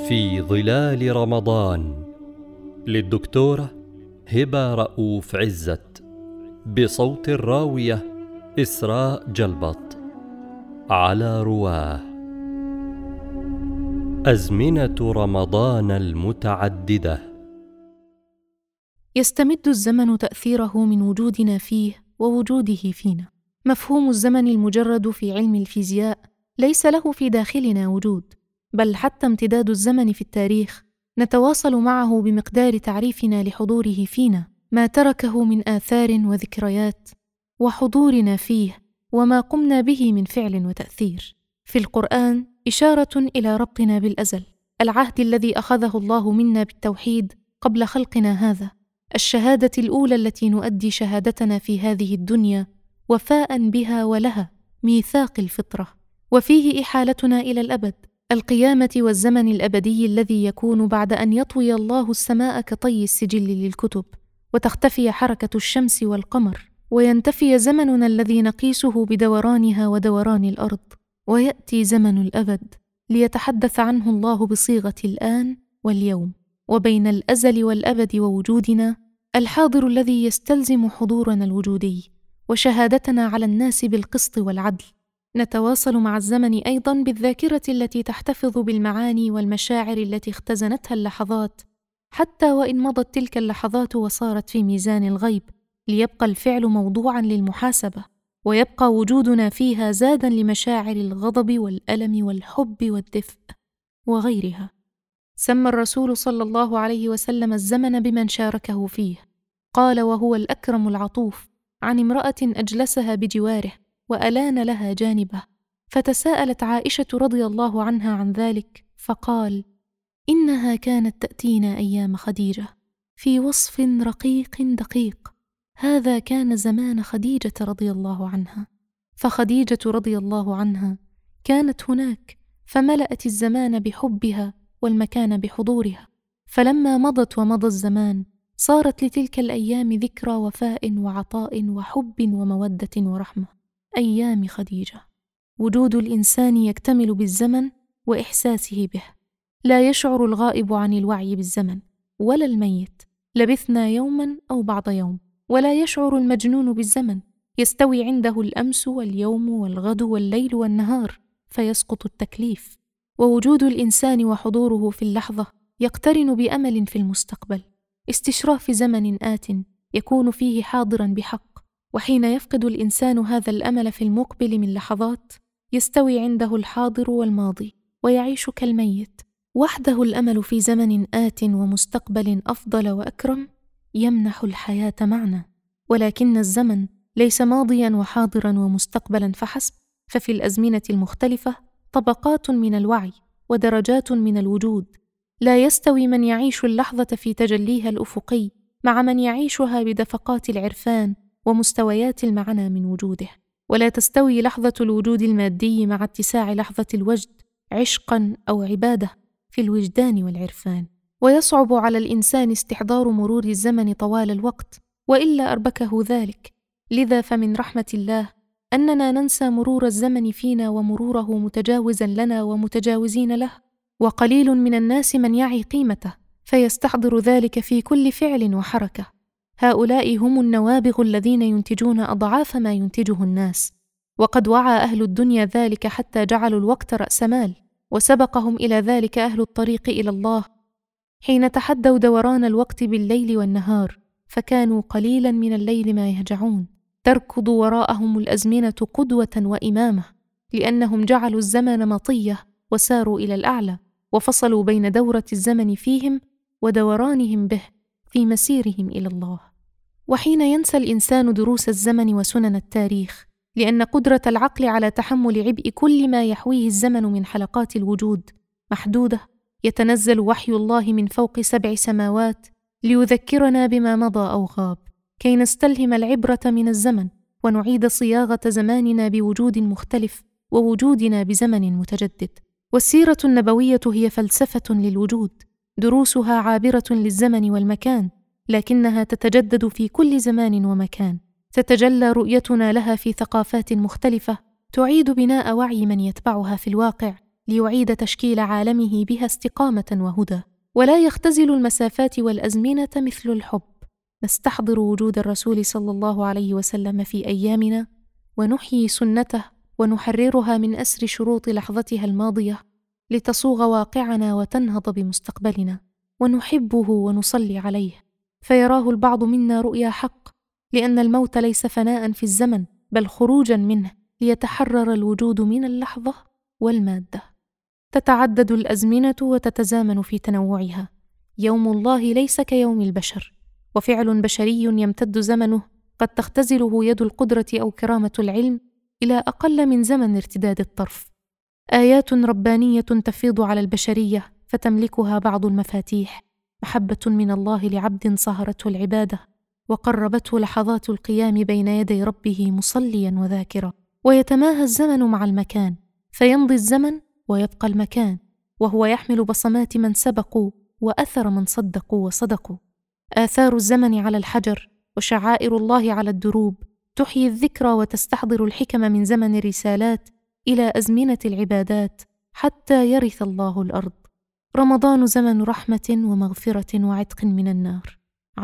في ظلال رمضان للدكتورة هبة رؤوف عزت، بصوت الراوية إسراء جلبط. على رواه. أزمنة رمضان المتعددة. يستمد الزمن تأثيره من وجودنا فيه ووجوده فينا. مفهوم الزمن المجرد في علم الفيزياء ليس له في داخلنا وجود، بل حتى امتداد الزمن في التاريخ نتواصل معه بمقدار تعريفنا لحضوره فينا، ما تركه من آثار وذكريات، وحضورنا فيه وما قمنا به من فعل وتأثير. في القرآن إشارة إلى ربطنا بالأزل، العهد الذي أخذه الله منا بالتوحيد قبل خلقنا هذا، الشهادة الأولى التي نؤدي شهادتنا في هذه الدنيا وفاء بها ولها، ميثاق الفطرة، وفيه إحالتنا إلى الأبد، القيامة والزمن الأبدي الذي يكون بعد أن يطوي الله السماء كطي السجل للكتب، وتختفي حركة الشمس والقمر، وينتفي زمننا الذي نقيسه بدورانها ودوران الأرض، ويأتي زمن الأبد ليتحدث عنه الله بصيغة الآن واليوم. وبين الأزل والأبد ووجودنا الحاضر الذي يستلزم حضورنا الوجودي وشهادتنا على الناس بالقسط والعدل. نتواصل مع الزمن أيضاً بالذاكرة التي تحتفظ بالمعاني والمشاعر التي اختزنتها اللحظات، حتى وإن مضت تلك اللحظات وصارت في ميزان الغيب، ليبقى الفعل موضوعاً للمحاسبة، ويبقى وجودنا فيها زاداً لمشاعر الغضب والألم والحب والدفء وغيرها. سمى الرسول صلى الله عليه وسلم الزمن بمن شاركه فيه، قال وهو الأكرم العطوف عن امرأة أجلسها بجواره وألان لها جانبه، فتساءلت عائشة رضي الله عنها عن ذلك فقال: إنها كانت تأتينا أيام خديجة في وصف رقيق دقيق، هذا كان زمان خديجة رضي الله عنها، فخديجة رضي الله عنها كانت هناك فملأت الزمان بحبها والمكان بحضورها، فلما مضت ومضى الزمان صارت لتلك الأيام ذكرى وفاء وعطاء وحب ومودة ورحمة، أيام خديجة. وجود الإنسان يكتمل بالزمن وإحساسه به، لا يشعر الغائب عن الوعي بالزمن ولا الميت، لبثنا يوما أو بعض يوم، ولا يشعر المجنون بالزمن، يستوي عنده الأمس واليوم والغد والليل والنهار، فيسقط التكليف. ووجود الإنسان وحضوره في اللحظة يقترن بأمل في المستقبل، استشراف زمن آت يكون فيه حاضرا بحق، وحين يفقد الإنسان هذا الأمل في المقبل من لحظات يستوي عنده الحاضر والماضي ويعيش كالميت. وحده الأمل في زمن آت ومستقبل أفضل وأكرم يمنح الحياة معنى. ولكن الزمن ليس ماضيا وحاضرا ومستقبلا فحسب، ففي الأزمنة المختلفة طبقات من الوعي ودرجات من الوجود، لا يستوي من يعيش اللحظة في تجليها الأفقي مع من يعيشها بدفقات العرفان ومستويات المعنى من وجوده، ولا تستوي لحظة الوجود المادي مع اتساع لحظة الوجد عشقا أو عبادة في الوجدان والعرفان. ويصعب على الإنسان استحضار مرور الزمن طوال الوقت، وإلا أربكه ذلك. لذا فمن رحمة الله أننا ننسى مرور الزمن فينا ومروره متجاوزا لنا ومتجاوزين له، وقليل من الناس من يعي قيمته فيستحضر ذلك في كل فعل وحركة. هؤلاء هم النوابغ الذين ينتجون أضعاف ما ينتجه الناس، وقد وعى أهل الدنيا ذلك حتى جعلوا الوقت رأس مال، وسبقهم إلى ذلك أهل الطريق إلى الله حين تحدوا دوران الوقت بالليل والنهار، فكانوا قليلا من الليل ما يهجعون، تركض وراءهم الأزمنة قدوة وإمامة، لأنهم جعلوا الزمن مطية وساروا إلى الأعلى، وفصلوا بين دورة الزمن فيهم ودورانهم به في مسيرهم إلى الله. وحين ينسى الإنسان دروس الزمن وسنن التاريخ، لأن قدرة العقل على تحمل عبء كل ما يحويه الزمن من حلقات الوجود محدودة، يتنزل وحي الله من فوق 7 سماوات ليذكرنا بما مضى أو غاب، كي نستلهم العبرة من الزمن ونعيد صياغة زماننا بوجود مختلف ووجودنا بزمن متجدد. والسيرة النبوية هي فلسفة للوجود، دروسها عابرة للزمن والمكان، لكنها تتجدد في كل زمان ومكان، تتجلى رؤيتنا لها في ثقافات مختلفة تعيد بناء وعي من يتبعها في الواقع ليعيد تشكيل عالمه بها استقامة وهدى. ولا يختزل المسافات والأزمنة مثل الحب. نستحضر وجود الرسول صلى الله عليه وسلم في أيامنا، ونحيي سنته ونحررها من أسر شروط لحظتها الماضية لتصوغ واقعنا وتنهض بمستقبلنا، ونحبه ونصلي عليه، فيراه البعض منا رؤيا حق، لأن الموت ليس فناء في الزمن بل خروجا منه ليتحرر الوجود من اللحظة والمادة. تتعدد الأزمنة وتتزامن في تنوعها. يوم الله ليس كيوم البشر، وفعل بشري يمتد زمنه قد تختزله يد القدرة أو كرامة العلم إلى أقل من زمن ارتداد الطرف. آيات ربانية تفيض على البشرية فتملكها بعض المفاتيح، محبة من الله لعبد صهرته العبادة وقربته لحظات القيام بين يدي ربه مصليا وذاكرا. ويتماهى الزمن مع المكان، فيمضي الزمن ويبقى المكان، وهو يحمل بصمات من سبقوا وأثر من صدقوا وصدقوا. آثار الزمن على الحجر وشعائر الله على الدروب تحيي الذكرى وتستحضر الحكم من زمن الرسالات إلى أزمنة العبادات حتى يرث الله الأرض. رمضان زمن رحمة ومغفرة وعتق من النار،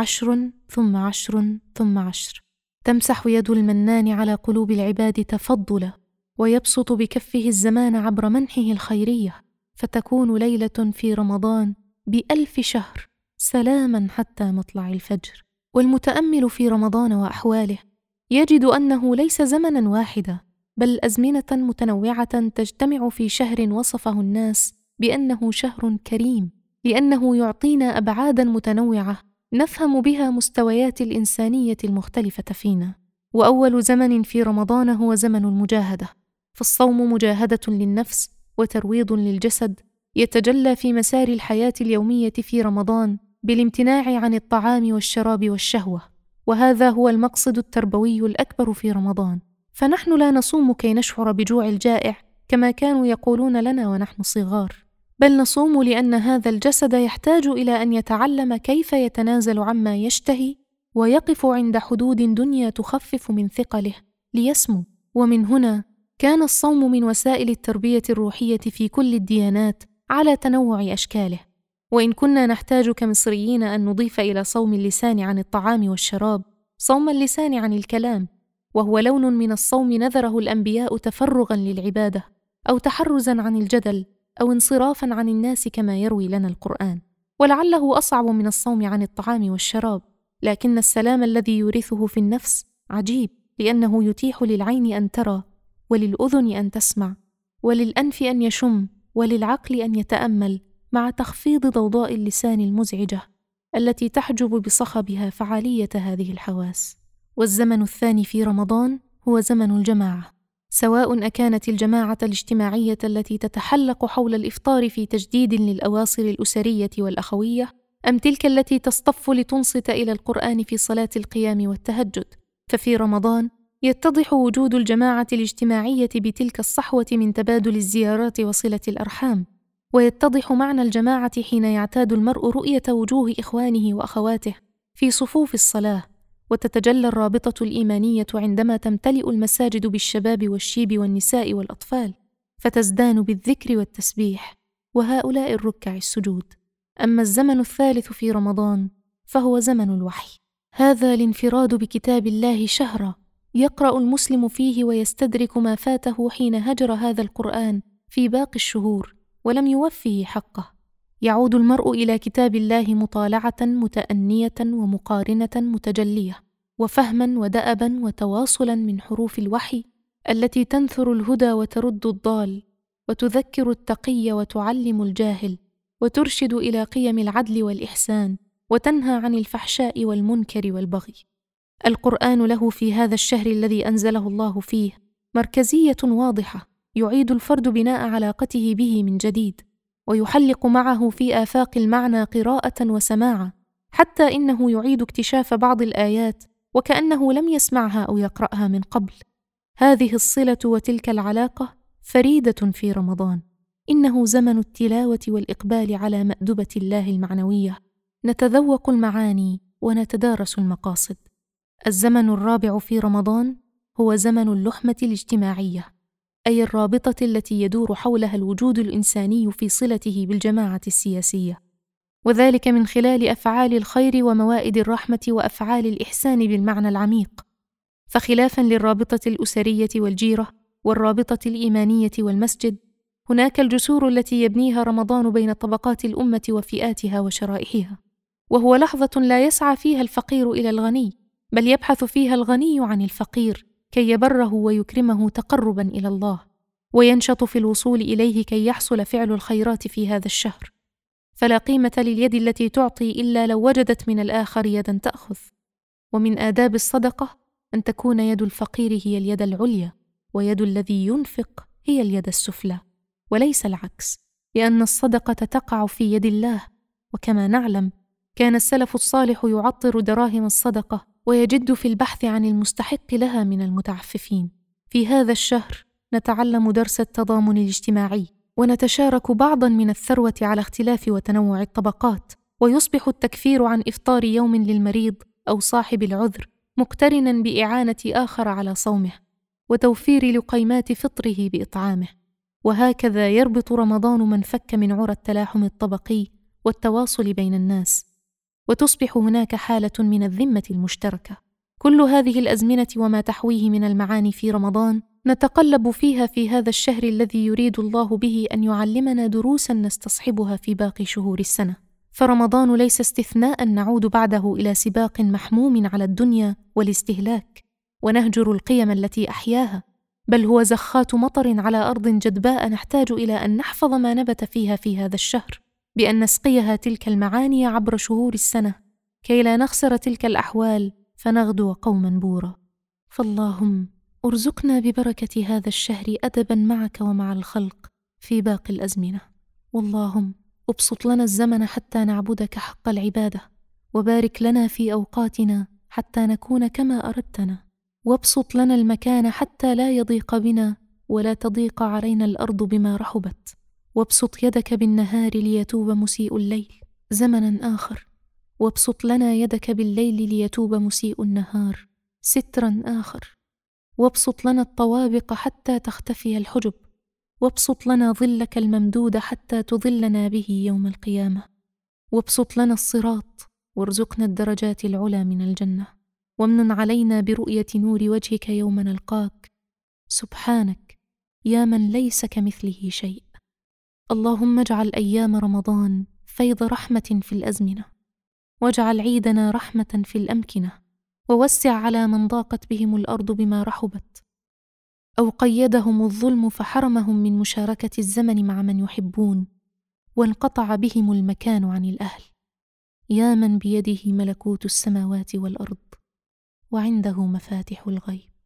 10 ثم 10 ثم 10. تمسح يد المنان على قلوب العباد تفضلا، ويبسط بكفه الزمان عبر منحه الخيرية، فتكون ليلة في رمضان ب1000 شهر سلاما حتى مطلع الفجر. والمتأمل في رمضان وأحواله يجد أنه ليس زمنا واحدا، بل أزمنة متنوعة تجتمع في شهر وصفه الناس بأنه شهر كريم، لأنه يعطينا أبعادا متنوعة نفهم بها مستويات الإنسانية المختلفة فينا. وأول زمن في رمضان هو زمن المجاهدة، فالصوم مجاهدة للنفس وترويض للجسد، يتجلى في مسار الحياة اليومية في رمضان بالامتناع عن الطعام والشراب والشهوة، وهذا هو المقصد التربوي الأكبر في رمضان. فنحن لا نصوم كي نشعر بجوع الجائع كما كانوا يقولون لنا ونحن صغار، بل نصوم لأن هذا الجسد يحتاج إلى أن يتعلم كيف يتنازل عما يشتهي ويقف عند حدود دنيا تخفف من ثقله ليسمو. ومن هنا كان الصوم من وسائل التربية الروحية في كل الديانات على تنوع أشكاله. وإن كنا نحتاج كمصريين أن نضيف إلى صوم اللسان عن الطعام والشراب صوم اللسان عن الكلام، وهو لون من الصوم نذره الأنبياء تفرغا للعبادة أو تحرزا عن الجدل أو انصرافا عن الناس كما يروي لنا القرآن. ولعله أصعب من الصوم عن الطعام والشراب، لكن السلام الذي يورثه في النفس عجيب، لأنه يتيح للعين أن ترى، وللأذن أن تسمع، وللأنف أن يشم، وللعقل أن يتأمل، مع تخفيض ضوضاء اللسان المزعجة التي تحجب بصخبها فعالية هذه الحواس. والزمن الثاني في رمضان هو زمن الجماعة، سواء أكانت الجماعة الاجتماعية التي تتحلق حول الإفطار في تجديد للأواصر الأسرية والأخوية، أم تلك التي تصطف لتنصت إلى القرآن في صلاة القيام والتهجد. ففي رمضان يتضح وجود الجماعة الاجتماعية بتلك الصحوة من تبادل الزيارات وصلة الأرحام، ويتضح معنى الجماعة حين يعتاد المرء رؤية وجوه إخوانه وأخواته في صفوف الصلاة، وتتجلى الرابطة الإيمانية عندما تمتلئ المساجد بالشباب والشيب والنساء والأطفال، فتزدان بالذكر والتسبيح، وهؤلاء الركع السجود. أما الزمن الثالث في رمضان فهو زمن الوحي، هذا الانفراد بكتاب الله شهرا يقرأ المسلم فيه ويستدرك ما فاته حين هجر هذا القرآن في باقي الشهور ولم يوفه حقه. يعود المرء إلى كتاب الله مطالعة متأنية ومقارنة متجلية، وفهما ودأبا وتواصلا من حروف الوحي التي تنثر الهدى وترد الضال، وتذكر التقي وتعلم الجاهل، وترشد إلى قيم العدل والإحسان، وتنهى عن الفحشاء والمنكر والبغي. القرآن له في هذا الشهر الذي أنزله الله فيه مركزية واضحة، يعيد الفرد بناء علاقته به من جديد، ويحلق معه في آفاق المعنى قراءة وسماعا، حتى إنه يعيد اكتشاف بعض الآيات وكأنه لم يسمعها أو يقرأها من قبل. هذه الصلة وتلك العلاقة فريدة في رمضان. إنه زمن التلاوة والإقبال على مأدبة الله المعنوية، نتذوق المعاني ونتدارس المقاصد. الزمن الرابع في رمضان هو زمن اللحمة الاجتماعية، أي الرابطة التي يدور حولها الوجود الإنساني في صلته بالجماعة السياسية، وذلك من خلال أفعال الخير وموائد الرحمة وأفعال الإحسان بالمعنى العميق. فخلافاً للرابطة الأسرية والجيرة والرابطة الإيمانية والمسجد، هناك الجسور التي يبنيها رمضان بين طبقات الأمة وفئاتها وشرائحها، وهو لحظة لا يسعى فيها الفقير إلى الغني، بل يبحث فيها الغني عن الفقير كي يبره ويكرمه تقرباً إلى الله، وينشط في الوصول إليه كي يحصل فعل الخيرات في هذا الشهر. فلا قيمة لليد التي تعطي إلا لو وجدت من الآخر يداً تأخذ. ومن آداب الصدقة أن تكون يد الفقير هي اليد العليا، ويد الذي ينفق هي اليد السفلى، وليس العكس، لأن الصدقة تقع في يد الله. وكما نعلم، كان السلف الصالح يعطر دراهم الصدقة ويجد في البحث عن المستحق لها من المتعففين. في هذا الشهر نتعلم درس التضامن الاجتماعي، ونتشارك بعضاً من الثروة على اختلاف وتنوع الطبقات، ويصبح التكفير عن إفطار يوم للمريض أو صاحب العذر مقترناً بإعانة آخر على صومه، وتوفير لقيمات فطره بإطعامه. وهكذا يربط رمضان من فك من عرى التلاحم الطبقي والتواصل بين الناس، وتصبح هناك حالة من الذمة المشتركة. كل هذه الأزمنة وما تحويه من المعاني في رمضان نتقلب فيها في هذا الشهر الذي يريد الله به أن يعلمنا دروساً نستصحبها في باقي شهور السنة. فرمضان ليس استثناء نعود بعده إلى سباق محموم على الدنيا والاستهلاك ونهجر القيم التي أحياها، بل هو زخات مطر على أرض جدباء نحتاج إلى أن نحفظ ما نبت فيها في هذا الشهر، بأن نسقيها تلك المعاني عبر شهور السنة كي لا نخسر تلك الأحوال فنغدو قوما بورا. فاللهم ارزقنا ببركة هذا الشهر أدبا معك ومع الخلق في باقي الأزمنة. واللهم ابسط لنا الزمن حتى نعبدك حق العبادة، وبارك لنا في أوقاتنا حتى نكون كما أردتنا، وابسط لنا المكان حتى لا يضيق بنا ولا تضيق علينا الأرض بما رحبت، وابسط يدك بالنهار ليتوب مسيء الليل زمنا آخر، وابسط لنا يدك بالليل ليتوب مسيء النهار سترا آخر، وابسط لنا الطوابق حتى تختفي الحجب، وابسط لنا ظلك الممدود حتى تظلنا به يوم القيامة، وابسط لنا الصراط وارزقنا الدرجات العلى من الجنة، وامنن علينا برؤية نور وجهك يوم نلقاك سبحانك يا من ليس كمثله شيء. اللهم اجعل أيام رمضان فيض رحمة في الأزمنة، واجعل عيدنا رحمة في الأمكنة، ووسع على من ضاقت بهم الأرض بما رحبت، أو قيدهم الظلم فحرمهم من مشاركة الزمن مع من يحبون، وانقطع بهم المكان عن الأهل، يا من بيده ملكوت السماوات والأرض وعنده مفاتح الغيب.